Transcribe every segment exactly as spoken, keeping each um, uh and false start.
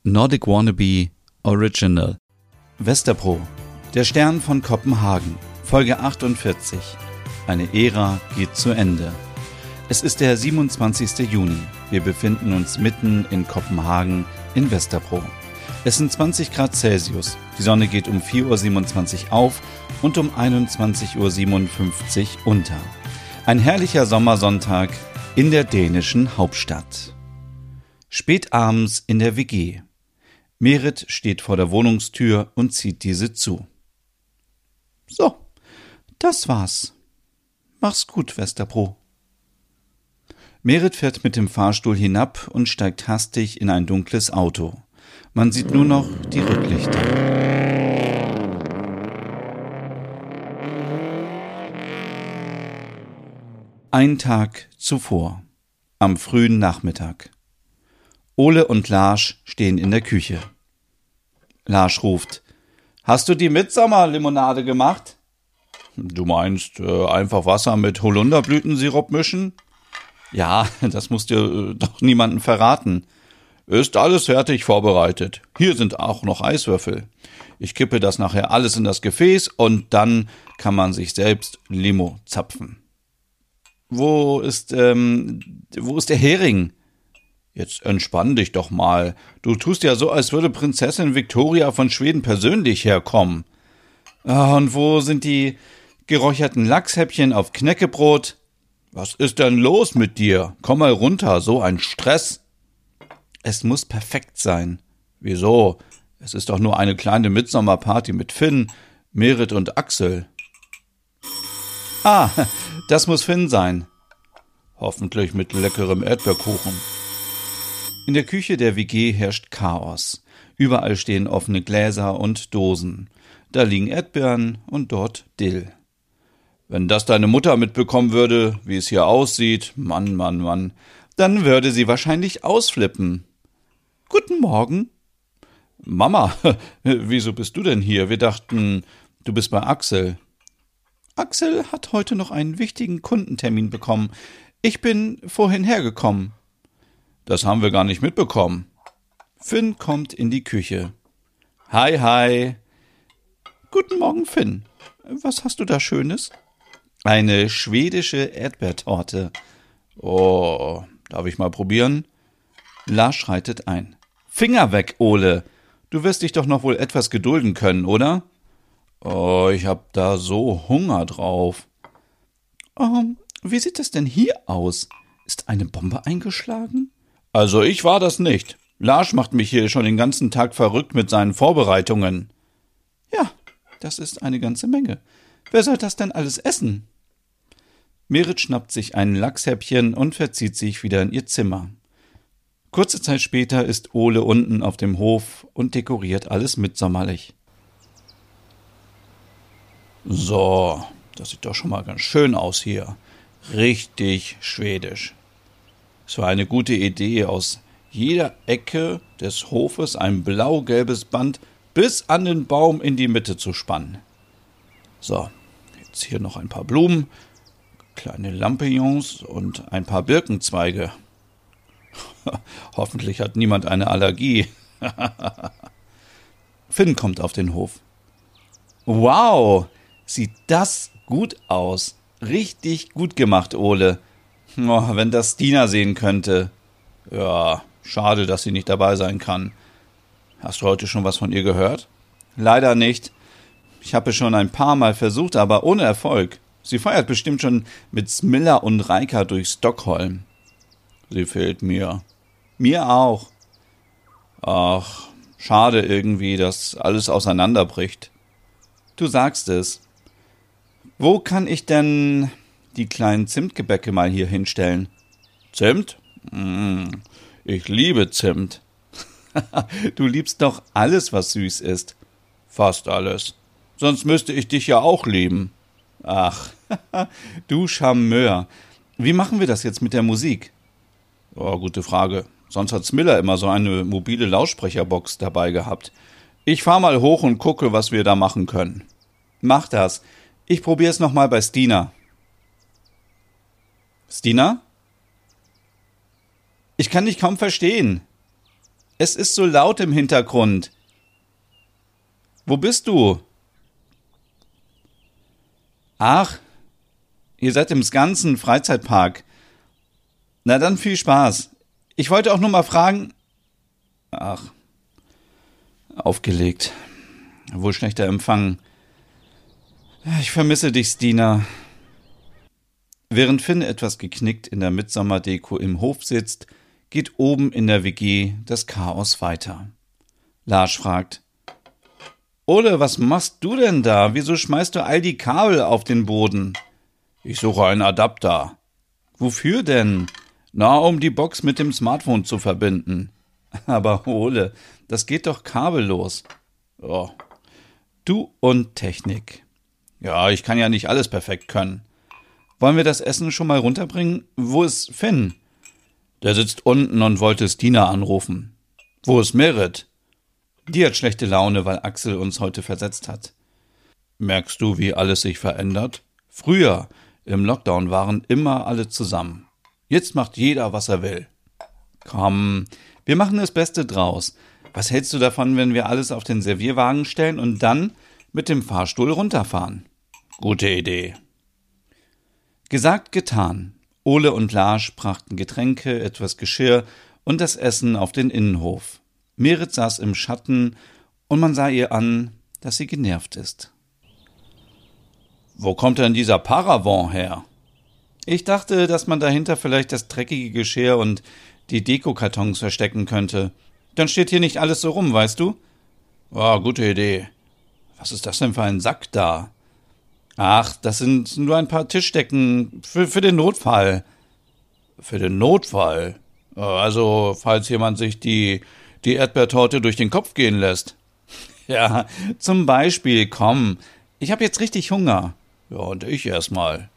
Nordic Wannabe Original. Westerpro, der Stern von Kopenhagen, Folge achtundvierzig. Eine Ära geht zu Ende. Es ist der siebenundzwanzigste Juni. Wir befinden uns mitten in Kopenhagen in Westerpro. Es sind zwanzig Grad Celsius. Die Sonne geht um vier Uhr siebenundzwanzig auf und um einundzwanzig Uhr siebenundfünfzig unter. Ein herrlicher Sommersonntag in der dänischen Hauptstadt. Spät abends in der W G. Merit steht vor der Wohnungstür und zieht diese zu. So, das war's. Mach's gut, Westerpro. Merit fährt mit dem Fahrstuhl hinab und steigt hastig in ein dunkles Auto. Man sieht nur noch die Rücklichter. Ein Tag zuvor, am frühen Nachmittag. Ole und Lars stehen in der Küche. Lars ruft: Hast du die Mitsommerlimonade gemacht? Du meinst, äh, einfach Wasser mit Holunderblütensirup mischen? Ja, das musst du äh, doch niemandem verraten. Ist alles fertig vorbereitet. Hier sind auch noch Eiswürfel. Ich kippe das nachher alles in das Gefäß und dann kann man sich selbst Limo zapfen. Wo ist, ähm, wo ist der Hering? Jetzt entspann dich doch mal. Du tust ja so, als würde Prinzessin Victoria von Schweden persönlich herkommen. Ah, und wo sind die geräucherten Lachshäppchen auf Knäckebrot? Was ist denn los mit dir? Komm mal runter, so ein Stress. Es muss perfekt sein. Wieso? Es ist doch nur eine kleine Mitsommerparty mit Finn, Merit und Axel. Ah, das muss Finn sein. Hoffentlich mit leckerem Erdbeerkuchen. In der Küche der W G herrscht Chaos. Überall stehen offene Gläser und Dosen. Da liegen Erdbeeren und dort Dill. Wenn das deine Mutter mitbekommen würde, wie es hier aussieht, Mann, Mann, Mann, dann würde sie wahrscheinlich ausflippen. Guten Morgen. Mama, wieso bist du denn hier? Wir dachten, du bist bei Axel. Axel hat heute noch einen wichtigen Kundentermin bekommen. Ich bin vorhin hergekommen. Das haben wir gar nicht mitbekommen. Finn kommt in die Küche. Hi, hi. Guten Morgen, Finn. Was hast du da Schönes? Eine schwedische Erdbeertorte. Oh, darf ich mal probieren? Lars schreitet ein. Finger weg, Ole. Du wirst dich doch noch wohl etwas gedulden können, oder? Oh, ich hab da so Hunger drauf. Oh, wie sieht es denn hier aus? Ist eine Bombe eingeschlagen? Also ich war das nicht. Lars macht mich hier schon den ganzen Tag verrückt mit seinen Vorbereitungen. Ja, das ist eine ganze Menge. Wer soll das denn alles essen? Merit schnappt sich ein Lachshäppchen und verzieht sich wieder in ihr Zimmer. Kurze Zeit später ist Ole unten auf dem Hof und dekoriert alles mitsommerlich. So, das sieht doch schon mal ganz schön aus hier. Richtig schwedisch. Es war eine gute Idee, aus jeder Ecke des Hofes ein blau-gelbes Band bis an den Baum in die Mitte zu spannen. So, jetzt hier noch ein paar Blumen, kleine Lampions und ein paar Birkenzweige. Hoffentlich hat niemand eine Allergie. Finn kommt auf den Hof. Wow, sieht das gut aus. Richtig gut gemacht, Ole. Oh, wenn das Stina sehen könnte. Ja, schade, dass sie nicht dabei sein kann. Hast du heute schon was von ihr gehört? Leider nicht. Ich habe es schon ein paar Mal versucht, aber ohne Erfolg. Sie feiert bestimmt schon mit Smilla und Reika durch Stockholm. Sie fehlt mir. Mir auch. Ach, schade irgendwie, dass alles auseinanderbricht. Du sagst es. Wo kann ich denn die kleinen Zimtgebäcke mal hier hinstellen? Zimt? Mm, ich liebe Zimt. Du liebst doch alles, was süß ist. Fast alles. Sonst müsste ich dich ja auch lieben. Ach, du Charmeur. Wie machen wir das jetzt mit der Musik? Oh, gute Frage. Sonst hat Smilla immer so eine mobile Lautsprecherbox dabei gehabt. Ich fahr mal hoch und gucke, was wir da machen können. Mach das. Ich probier's noch mal bei Stina. Stina? Ich kann dich kaum verstehen. Es ist so laut im Hintergrund. Wo bist du? Ach, ihr seid im Skansen Freizeitpark. Na dann viel Spaß. Ich wollte auch nur mal fragen... Ach, aufgelegt. Wohl schlechter Empfang. Ich vermisse dich, Stina. Während Finn etwas geknickt in der Mitsommerdeko im Hof sitzt, geht oben in der W G das Chaos weiter. Lars fragt: Ole, was machst du denn da? Wieso schmeißt du all die Kabel auf den Boden? Ich suche einen Adapter. Wofür denn? Na, um die Box mit dem Smartphone zu verbinden. Aber Ole, das geht doch kabellos. Oh. Du und Technik. Ja, ich kann ja nicht alles perfekt können. Wollen wir das Essen schon mal runterbringen? Wo ist Finn? Der sitzt unten und wollte Stina anrufen. Wo ist Merit? Die hat schlechte Laune, weil Axel uns heute versetzt hat. Merkst du, wie alles sich verändert? Früher, im Lockdown, waren immer alle zusammen. Jetzt macht jeder, was er will. Komm, wir machen das Beste draus. Was hältst du davon, wenn wir alles auf den Servierwagen stellen und dann mit dem Fahrstuhl runterfahren? Gute Idee. Gesagt, getan. Ole und Lars brachten Getränke, etwas Geschirr und das Essen auf den Innenhof. Merit saß im Schatten und man sah ihr an, dass sie genervt ist. Wo kommt denn dieser Paravent her? Ich dachte, dass man dahinter vielleicht das dreckige Geschirr und die Dekokartons verstecken könnte. Dann steht hier nicht alles so rum, weißt du? Ah, gute Idee. Was ist das denn für ein Sack da? Ach, das sind nur ein paar Tischdecken für, für den Notfall. Für den Notfall? Also, falls jemand sich die, die Erdbeertorte durch den Kopf gehen lässt. Ja, zum Beispiel, komm. Ich habe jetzt richtig Hunger. Ja, und ich erstmal.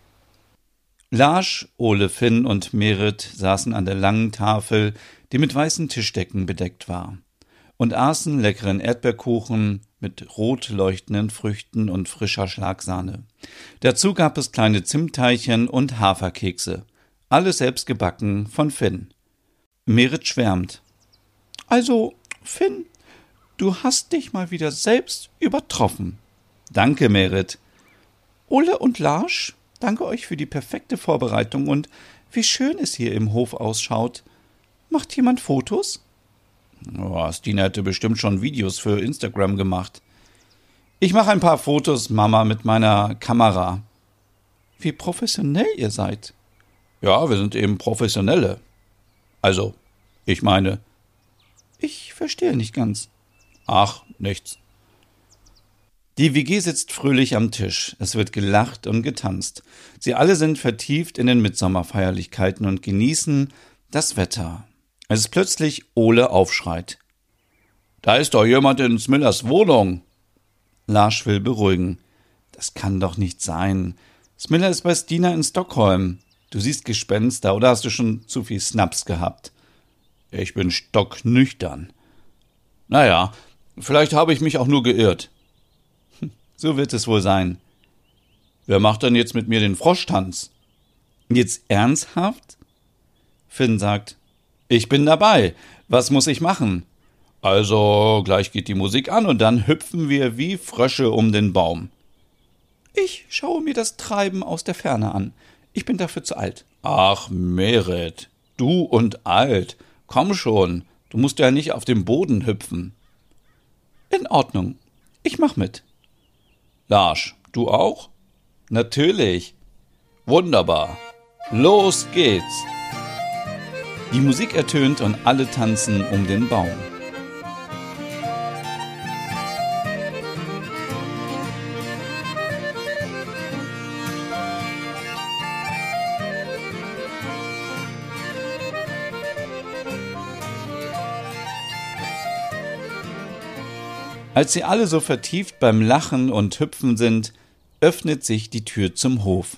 Lars, Ole, Finn und Merit saßen an der langen Tafel, die mit weißen Tischdecken bedeckt war, und aßen leckeren Erdbeerkuchen mit rot leuchtenden Früchten und frischer Schlagsahne. Dazu gab es kleine Zimtteilchen und Haferkekse, alles selbst gebacken von Finn. Merit schwärmt. Also, Finn, du hast dich mal wieder selbst übertroffen. Danke, Merit. Ole und Lars, danke euch für die perfekte Vorbereitung und wie schön es hier im Hof ausschaut. Macht jemand Fotos? Oh, Stina hätte bestimmt schon Videos für Instagram gemacht. Ich mache ein paar Fotos, Mama, mit meiner Kamera. Wie professionell ihr seid. Ja, wir sind eben Professionelle. Also, ich meine... Ich verstehe nicht ganz. Ach, nichts. Die W G sitzt fröhlich am Tisch. Es wird gelacht und getanzt. Sie alle sind vertieft in den Mitsommerfeierlichkeiten und genießen das Wetter. Als plötzlich Ole aufschreit. Da ist doch jemand in Smillers Wohnung. Lars will beruhigen. Das kann doch nicht sein. Smiller ist bei Stina in Stockholm. Du siehst Gespenster oder hast du schon zu viel Snaps gehabt? Ich bin stocknüchtern. Naja, vielleicht habe ich mich auch nur geirrt. So wird es wohl sein. Wer macht denn jetzt mit mir den Froschtanz? Jetzt ernsthaft? Finn sagt, ich bin dabei. Was muss ich machen? Also, gleich geht die Musik an und dann hüpfen wir wie Frösche um den Baum. Ich schaue mir das Treiben aus der Ferne an. Ich bin dafür zu alt. Ach, Merit, du und alt. Komm schon, du musst ja nicht auf dem Boden hüpfen. In Ordnung, ich mach mit. Lars, du auch? Natürlich. Wunderbar. Los geht's. Die Musik ertönt und alle tanzen um den Baum. Als sie alle so vertieft beim Lachen und Hüpfen sind, öffnet sich die Tür zum Hof.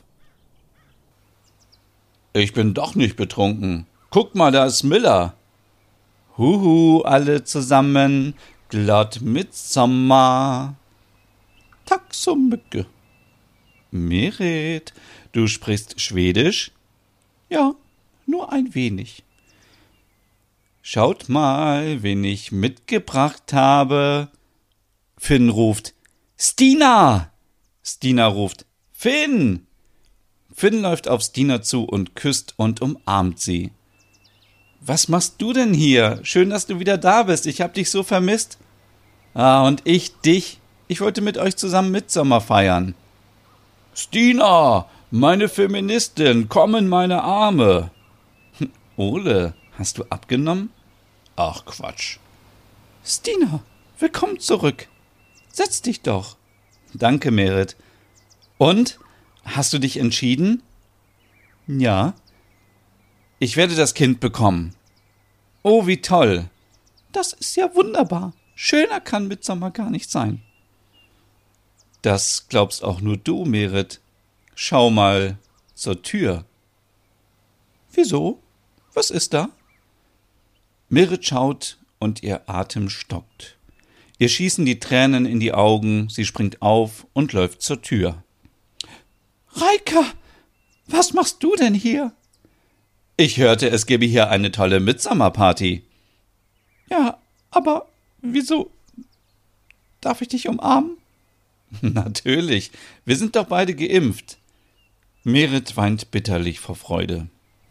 Ich bin doch nicht betrunken. Guck mal, da ist Miller. Huhu, alle zusammen, glatt Mitsommer. Taxumücke. Merit, du sprichst Schwedisch? Ja, nur ein wenig. Schaut mal, wen ich mitgebracht habe. Finn ruft, Stina! Stina ruft, Finn! Finn läuft auf Stina zu und küsst und umarmt sie. Was machst du denn hier? Schön, dass du wieder da bist. Ich hab dich so vermisst. Ah, und ich dich. Ich wollte mit euch zusammen Mittsommer feiern. Stina, meine Feministin, komm in meine Arme. Ole, hast du abgenommen? Ach, Quatsch. Stina, willkommen zurück. Setz dich doch. Danke, Merit. Und? Hast du dich entschieden? Ja. Ich werde das Kind bekommen. Oh, wie toll. Das ist ja wunderbar. Schöner kann Mittsommer gar nicht sein. Das glaubst auch nur du, Merit. Schau mal zur Tür. Wieso? Was ist da? Merit schaut und ihr Atem stockt. Ihr schießen die Tränen in die Augen, sie springt auf und läuft zur Tür. Reika, was machst du denn hier? Ich hörte, es gebe hier eine tolle Mittsommerparty. Ja, aber wieso? Darf ich dich umarmen? Natürlich, wir sind doch beide geimpft. Merit weint bitterlich vor Freude.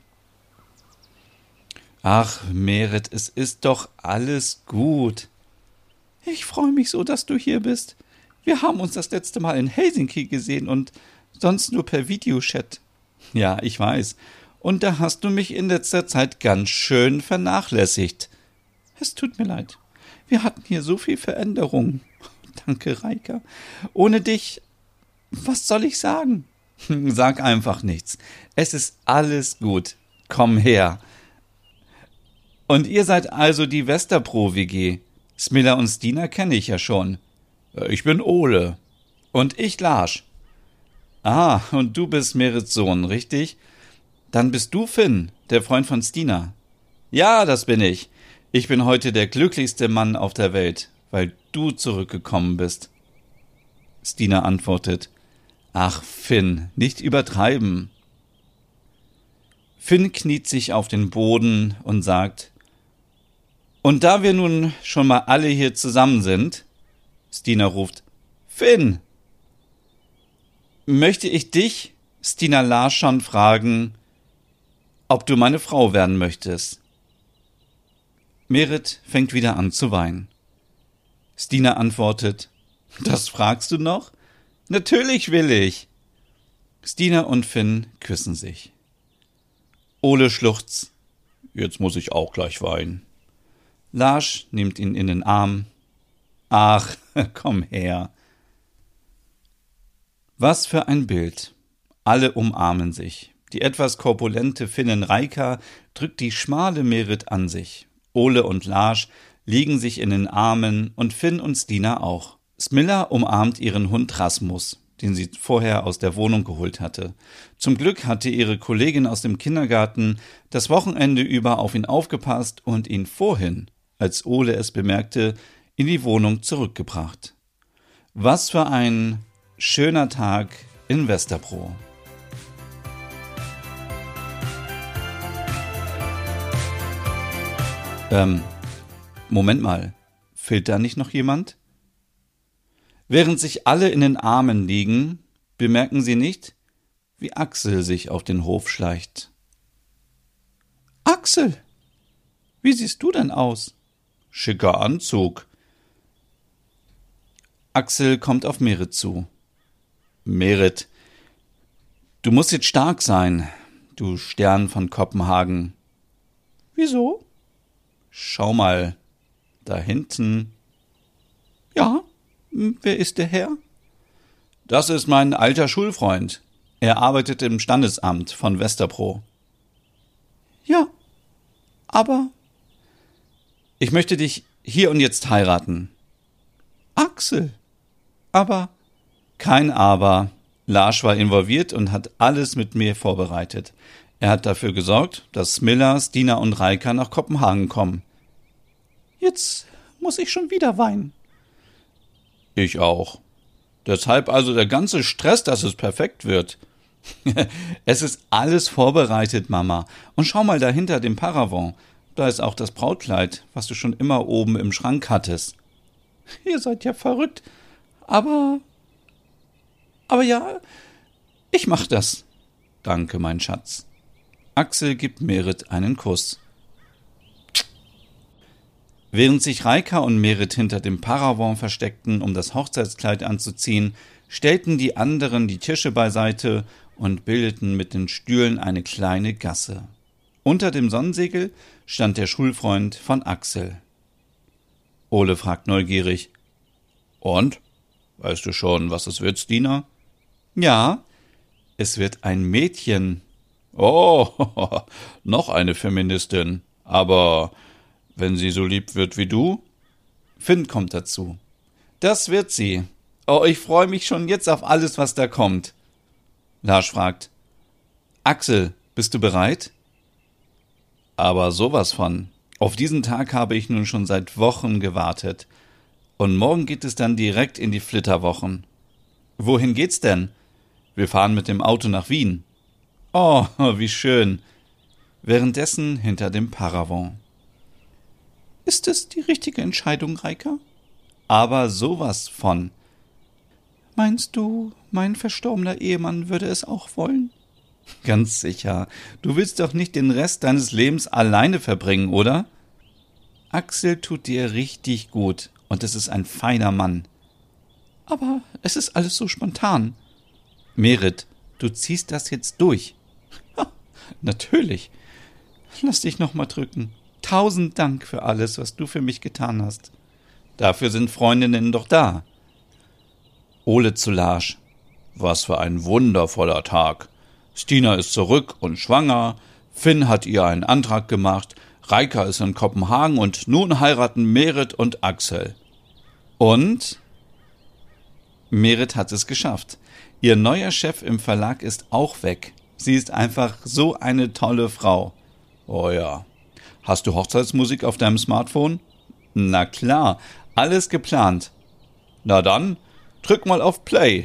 Ach, Merit, es ist doch alles gut. Ich freue mich so, dass du hier bist. Wir haben uns das letzte Mal in Helsinki gesehen und sonst nur per Videochat. Ja, ich weiß. Und da hast du mich in letzter Zeit ganz schön vernachlässigt. Es tut mir leid. Wir hatten hier so viel Veränderung. Danke, Reika. Ohne dich, was soll ich sagen? Sag einfach nichts. Es ist alles gut. Komm her. Und ihr seid also die Westerpro-W G. Smilla und Stina kenne ich ja schon. Ich bin Ole. Und ich Larsch. Ah, und du bist Merits Sohn, richtig? Dann bist du Finn, der Freund von Stina. Ja, das bin ich. Ich bin heute der glücklichste Mann auf der Welt, weil du zurückgekommen bist. Stina antwortet, ach Finn, nicht übertreiben. Finn kniet sich auf den Boden und sagt, und da wir nun schon mal alle hier zusammen sind, Stina ruft, Finn, möchte ich dich, Stina Larsson, fragen, ob du meine Frau werden möchtest. Merit fängt wieder an zu weinen. Stina antwortet, das fragst du noch? Natürlich will ich. Stina und Finn küssen sich. Ole schluchzt, jetzt muss ich auch gleich weinen. Lars nimmt ihn in den Arm. Ach, komm her. Was für ein Bild. Alle umarmen sich. Die etwas korpulente Finnin Reika drückt die schmale Merit an sich. Ole und Lars liegen sich in den Armen und Finn und Stina auch. Smilla umarmt ihren Hund Rasmus, den sie vorher aus der Wohnung geholt hatte. Zum Glück hatte ihre Kollegin aus dem Kindergarten das Wochenende über auf ihn aufgepasst und ihn vorhin, als Ole es bemerkte, in die Wohnung zurückgebracht. Was für ein schöner Tag in Westerpro. Ähm, Moment mal, fehlt da nicht noch jemand? Während sich alle in den Armen liegen, bemerken sie nicht, wie Axel sich auf den Hof schleicht. Axel, wie siehst du denn aus? Schicker Anzug. Axel kommt auf Merit zu. Merit, du musst jetzt stark sein, du Stern von Kopenhagen. Wieso? Schau mal, da hinten. Ja, wer ist der Herr? Das ist mein alter Schulfreund. Er arbeitet im Standesamt von Westerpro. Ja, aber... Ich möchte dich hier und jetzt heiraten. Axel, aber... Kein Aber. Lars war involviert und hat alles mit mir vorbereitet. Er hat dafür gesorgt, dass Smilla, Stina und Reika nach Kopenhagen kommen. Jetzt muss ich schon wieder weinen. Ich auch. Deshalb also der ganze Stress, dass es perfekt wird. Es ist alles vorbereitet, Mama. Und schau mal da hinter dem Paravent. da ist auch das Brautkleid, was du schon immer oben im Schrank hattest. Ihr seid ja verrückt, aber... Aber ja, ich mach das. Danke, mein Schatz. Axel gibt Merit einen Kuss. Während sich Reika und Merit hinter dem Paravent versteckten, um das Hochzeitskleid anzuziehen, stellten die anderen die Tische beiseite und bildeten mit den Stühlen eine kleine Gasse. Unter dem Sonnensegel stand der Schulfreund von Axel. Ole fragt neugierig: Und? Weißt du schon, was es wird, Stina? Ja, es wird ein Mädchen. Oh, noch eine Feministin. Aber wenn sie so lieb wird wie du? Finn kommt dazu. Das wird sie. Oh, ich freue mich schon jetzt auf alles, was da kommt. Lars fragt: Axel, bist du bereit? Aber sowas von. Auf diesen Tag habe ich nun schon seit Wochen gewartet. Und morgen geht es dann direkt in die Flitterwochen. Wohin geht's denn? Wir fahren mit dem Auto nach Wien. Oh, wie schön. Währenddessen hinter dem Paravent. Ist es die richtige Entscheidung, Reika? Aber sowas von. Meinst du, mein verstorbener Ehemann würde es auch wollen? Ganz sicher. Du willst doch nicht den Rest deines Lebens alleine verbringen, oder? Axel tut dir richtig gut und es ist ein feiner Mann. Aber es ist alles so spontan. Merit, du ziehst das jetzt durch. Ha, natürlich. Lass dich noch mal drücken. Tausend Dank für alles, was du für mich getan hast. Dafür sind Freundinnen doch da. Ole zu Lars. Was für ein wundervoller Tag. Stina ist zurück und schwanger. Finn hat ihr einen Antrag gemacht. Reika ist in Kopenhagen und nun heiraten Merit und Axel. Und? Merit hat es geschafft. Ihr neuer Chef im Verlag ist auch weg. Sie ist einfach so eine tolle Frau. Oh ja. Hast du Hochzeitsmusik auf deinem Smartphone? Na klar, alles geplant. Na dann, drück mal auf Play.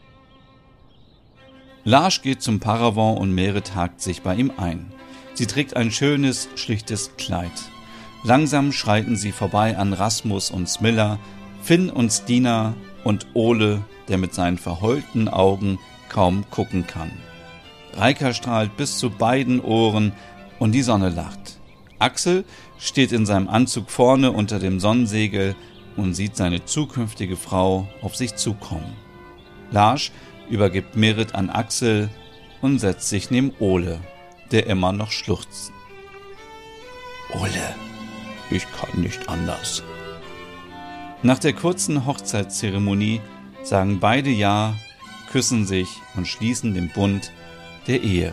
Lars geht zum Paravent und Merit hakt sich bei ihm ein. Sie trägt ein schönes, schlichtes Kleid. Langsam schreiten sie vorbei an Rasmus und Smilla, Finn und Stina und Ole, der mit seinen verheulten Augen kaum gucken kann. Reika strahlt bis zu beiden Ohren und die Sonne lacht. Axel steht in seinem Anzug vorne unter dem Sonnensegel und sieht seine zukünftige Frau auf sich zukommen. Lars übergibt Merit an Axel und setzt sich neben Ole, der immer noch schluchzt. Ole, ich kann nicht anders. Nach der kurzen Hochzeitszeremonie sagen beide Ja, küssen sich und schließen den Bund der Ehe.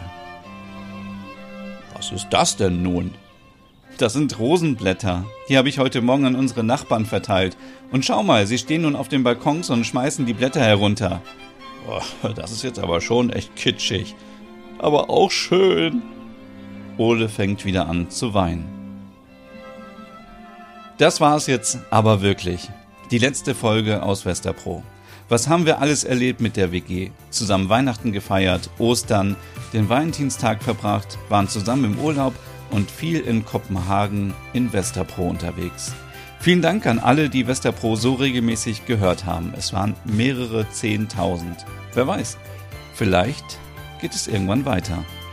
Was ist das denn nun? Das sind Rosenblätter. Die habe ich heute Morgen an unsere Nachbarn verteilt. Und schau mal, sie stehen nun auf den Balkons und schmeißen die Blätter herunter. Oh, das ist jetzt aber schon echt kitschig. Aber auch schön. Ole fängt wieder an zu weinen. Das war's jetzt aber wirklich. Die letzte Folge aus Westerpro. Was haben wir alles erlebt mit der W G? Zusammen Weihnachten gefeiert, Ostern, den Valentinstag verbracht, waren zusammen im Urlaub und viel in Kopenhagen in Westerpro unterwegs. Vielen Dank an alle, die Westerpro so regelmäßig gehört haben. Es waren mehrere Zehntausend. Wer weiß, vielleicht geht es irgendwann weiter.